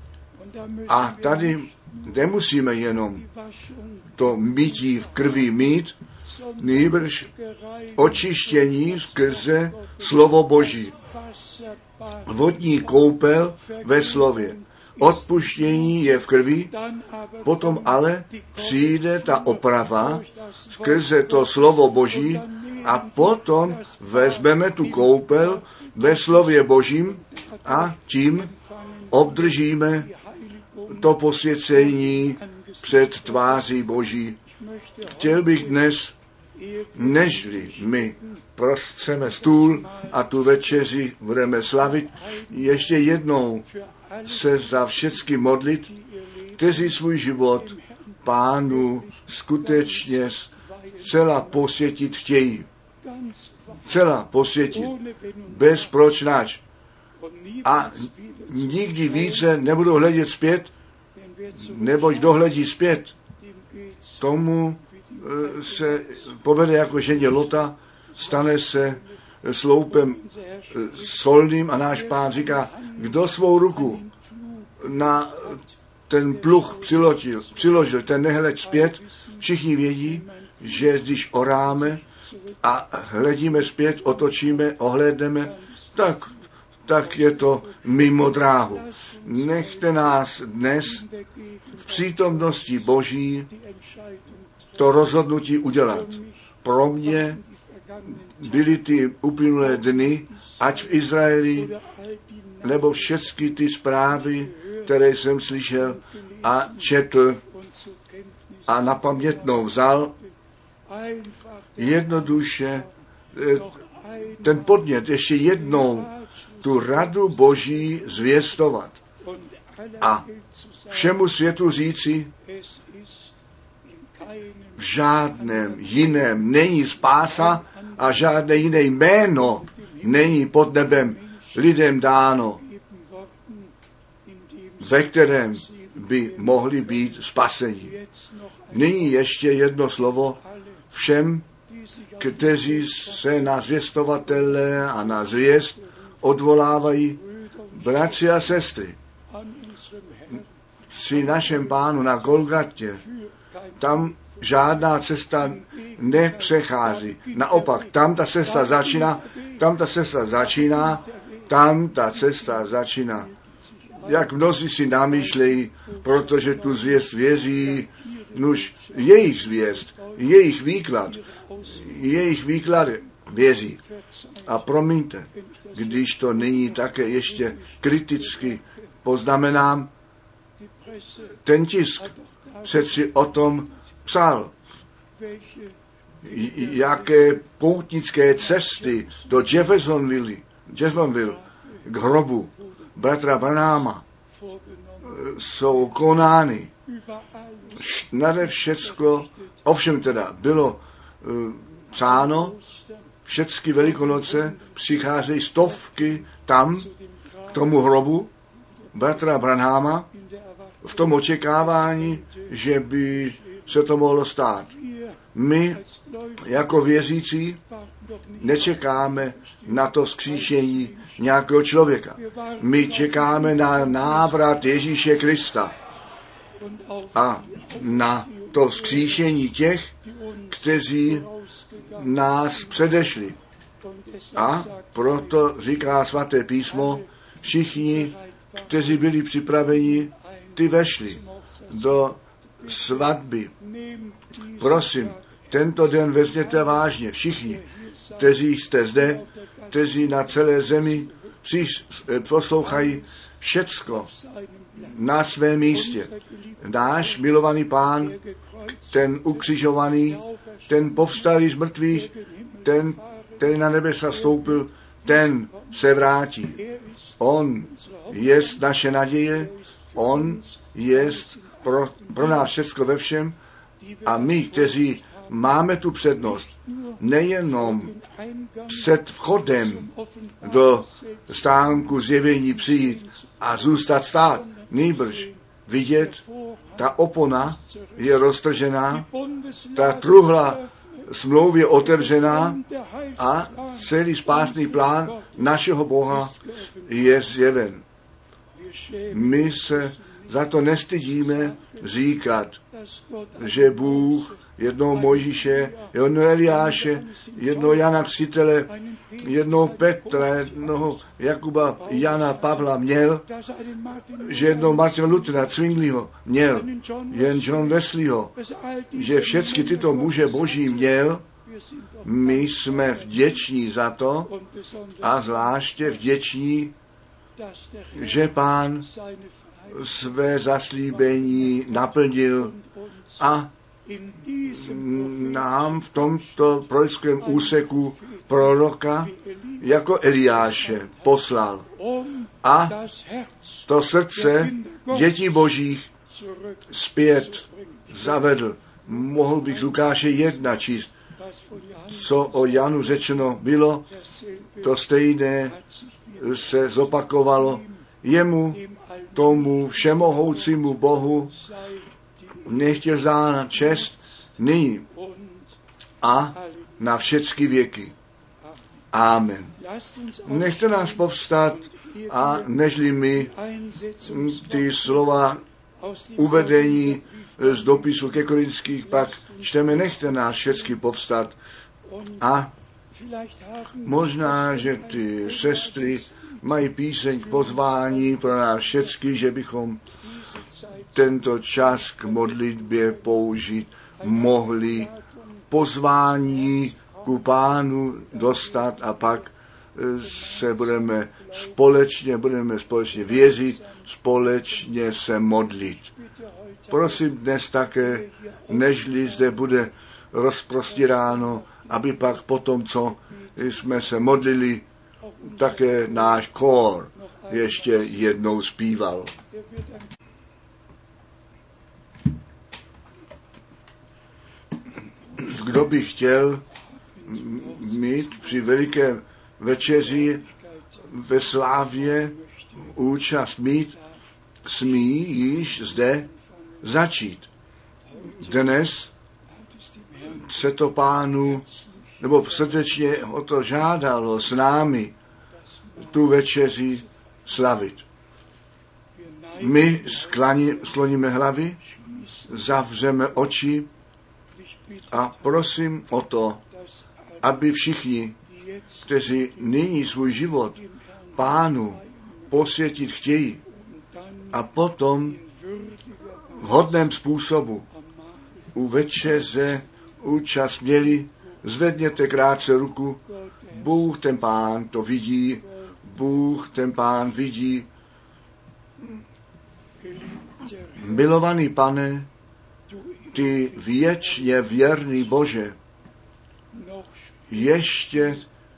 A tady nemusíme jenom to mytí v krvi mít, nýbrž očištění skrze slovo Boží. Vodní koupel ve slově. Odpuštění je v krvi, potom ale přijde ta oprava skrze to slovo Boží a potom vezmeme tu koupel ve slově Božím a tím obdržíme to posvěcení před tváří Boží. Chtěl bych dnes, nežli my prostřeme stůl a tu večeři budeme slavit, ještě jednou se za všecky modlit, kteří svůj život Pánu skutečně celá posvětit chtějí. Celá posvětit, bez pročnáč. A nikdy více nebudou hledět zpět, neboť kdo hledí zpět, tomu se povede jako ženě Lota, stane se sloupem solným a náš Pán říká, kdo svou ruku na ten pluh přiložil, přiložil ten nehleď zpět, všichni vědí, že když oráme a hledíme zpět, otočíme, ohlédneme, tak, tak je to mimo dráhu. Nechte nás dnes v přítomnosti Boží to rozhodnutí udělat. Pro mě byly ty uplynulé dny, ať v Izraeli, nebo všechny ty zprávy, které jsem slyšel a četl a na pamětnou vzal, jednoduše ten podnět ještě jednou tu radu Boží zvěstovat a všemu světu říci, v žádném jiném není spása a žádné jiné jméno není pod nebem lidem dáno, ve kterém by mohli být spaseni. Nyní ještě jedno slovo všem, kteří se na zvěstovatele a na zvěst odvolávají, bratři a sestry. Při našem Pánu na Golgatě, tam žádná cesta nepřechází. Naopak, tam ta cesta začíná, tam ta cesta začíná, tam ta cesta začíná. Jak mnozí si namýšlejí, protože tu zvěst věří, nuž jejich zvěst, jejich výklad, jejich výklady věří. A promiňte, když to nyní také ještě kriticky poznamenám, ten tisk přeci o tom psal, jaké poutnické cesty do Jeffersonville, Jeffersonville k hrobu bratra Branhama jsou konány. Nade všecko, ovšem teda bylo uh, psáno, všechny Velikonoce přicházejí stovky tam k tomu hrobu bratra Branhama v tom očekávání, že by se to mohlo stát. My jako věřící nečekáme na to vzkříšení nějakého člověka. My čekáme na návrat Ježíše Krista a na to vzkříšení těch, kteří nás předešli. A proto říká svaté písmo, všichni, kteří byli připraveni, ty vešli do svatby. Prosím, tento den vezměte vážně, všichni, kteří jste zde, kteří na celé zemi poslouchají všecko na svém místě. Náš milovaný Pán, ten ukřižovaný, ten povstalý z mrtvých, ten, ten na nebesa stoupil, ten se vrátí. On je naše naděje, on je pro, pro nás všecko ve všem a my, kteří máme tu přednost, nejenom před vchodem do stánku zjevení přijít a zůstat stát, nýbrž vidět, ta opona je roztržená, ta truhla smlouvy je otevřená a celý spásný plán našeho Boha je zjeven. My se za to nestydíme říkat, že Bůh jednoho Mojžíše, jednoho Eliáše, jednoho Jana Křtitele, jednoho Petra, jednoho Jakuba, Jana, Pavla měl, že jednoho Martina Luthera, Zwingliho měl, jen John Wesleyho, že všechny tyto muže Boží měl. My jsme vděční za to a zvláště vděční, že Pán své zaslíbení naplnil a nám v tomto prorockém úseku proroka jako Eliáše poslal a to srdce dětí božích zpět zavedl. Mohl bych z Lukáše jedna číst, co o Janu řečeno bylo, to stejné se zopakovalo. Jemu, tomu všemohoucímu Bohu, nechtěl zána čest nyní a na všechny věky. Amen. Nechte nás povstat a nežli my ty slova uvedení z dopisu ke Korinských pak čteme, nechte nás všechny povstat a možná, že ty sestry mají píseň k pozvání pro nás všechny, že bychom tento čas k modlitbě použít mohli pozvání ku Pánu dostat a pak se budeme společně, budeme společně věřit, společně se modlit. Prosím dnes také, nežli zde bude rozprostíráno, aby pak potom, co jsme se modlili, také náš kór ještě jednou zpíval. Kdo by chtěl mít při veliké večeři ve slávě účast mít, smí již zde začít. Dnes se to Pánu, nebo srdečně o to žádalo s námi tu večeři slavit. My sklani, sloníme hlavy, zavřeme oči a prosím o to, aby všichni, kteří nyní svůj život Pánu posvětit chtějí a potom v hodném způsobu u večeře účast měli, zvedněte krátce ruku, Bůh ten Pán to vidí, Bůh ten Pán vidí. Milovaný Pane, ty věčně věrný Bože, ještě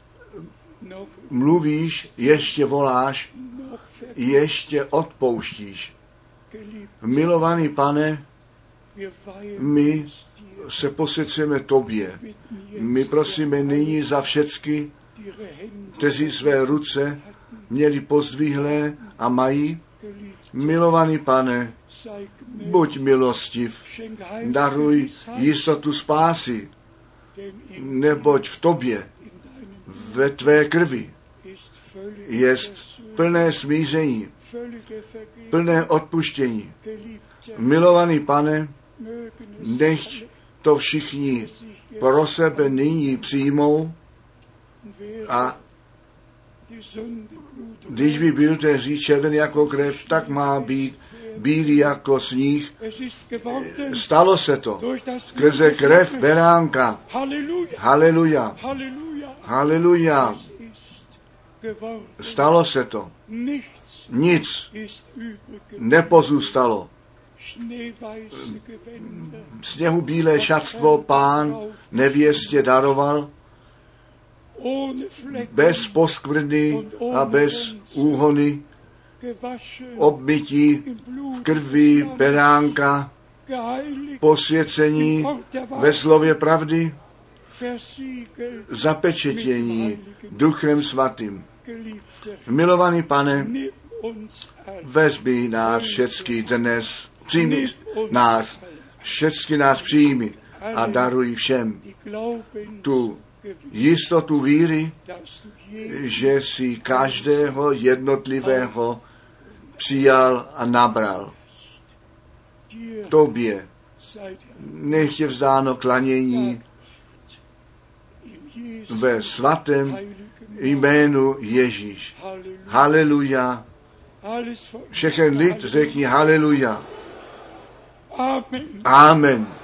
mluvíš, ještě voláš, ještě odpouštíš. Milovaný Pane, my se posvěcujeme Tobě. My prosíme nyní za všecky, kteří své ruce měli pozdvihlé a mají. Milovaný Pane, buď milostiv, daruj jistotu spásy, neboť v Tobě, ve Tvé krvi, jest plné smíření, plné odpuštění. Milovaný Pane, nech to všichni pro sebe nyní přijmou a když by byl ten hřích červený jako krev, tak má být bílý jako sníh. Stalo se to skrze krev beránka. Haleluja. Haleluja. Stalo se to. Nic nepozůstalo. Sněhu bílé šatstvo Pán nevěstě daroval, bez poskvrny a bez úhony, obmytí v krvi beránka, posvěcení ve slově pravdy, zapečetění Duchem Svatým. Milovaný Pane, vezmi nás všecky dnes, přijmi nás, všecky nás přijmi a daruj všem tu jistotu víry, že si každého jednotlivého přijal a nabral. Tobě nech je vzdáno klanění ve svatém jménu Ježíš. Haleluja. Všechen lid řekni haleluja. Amen.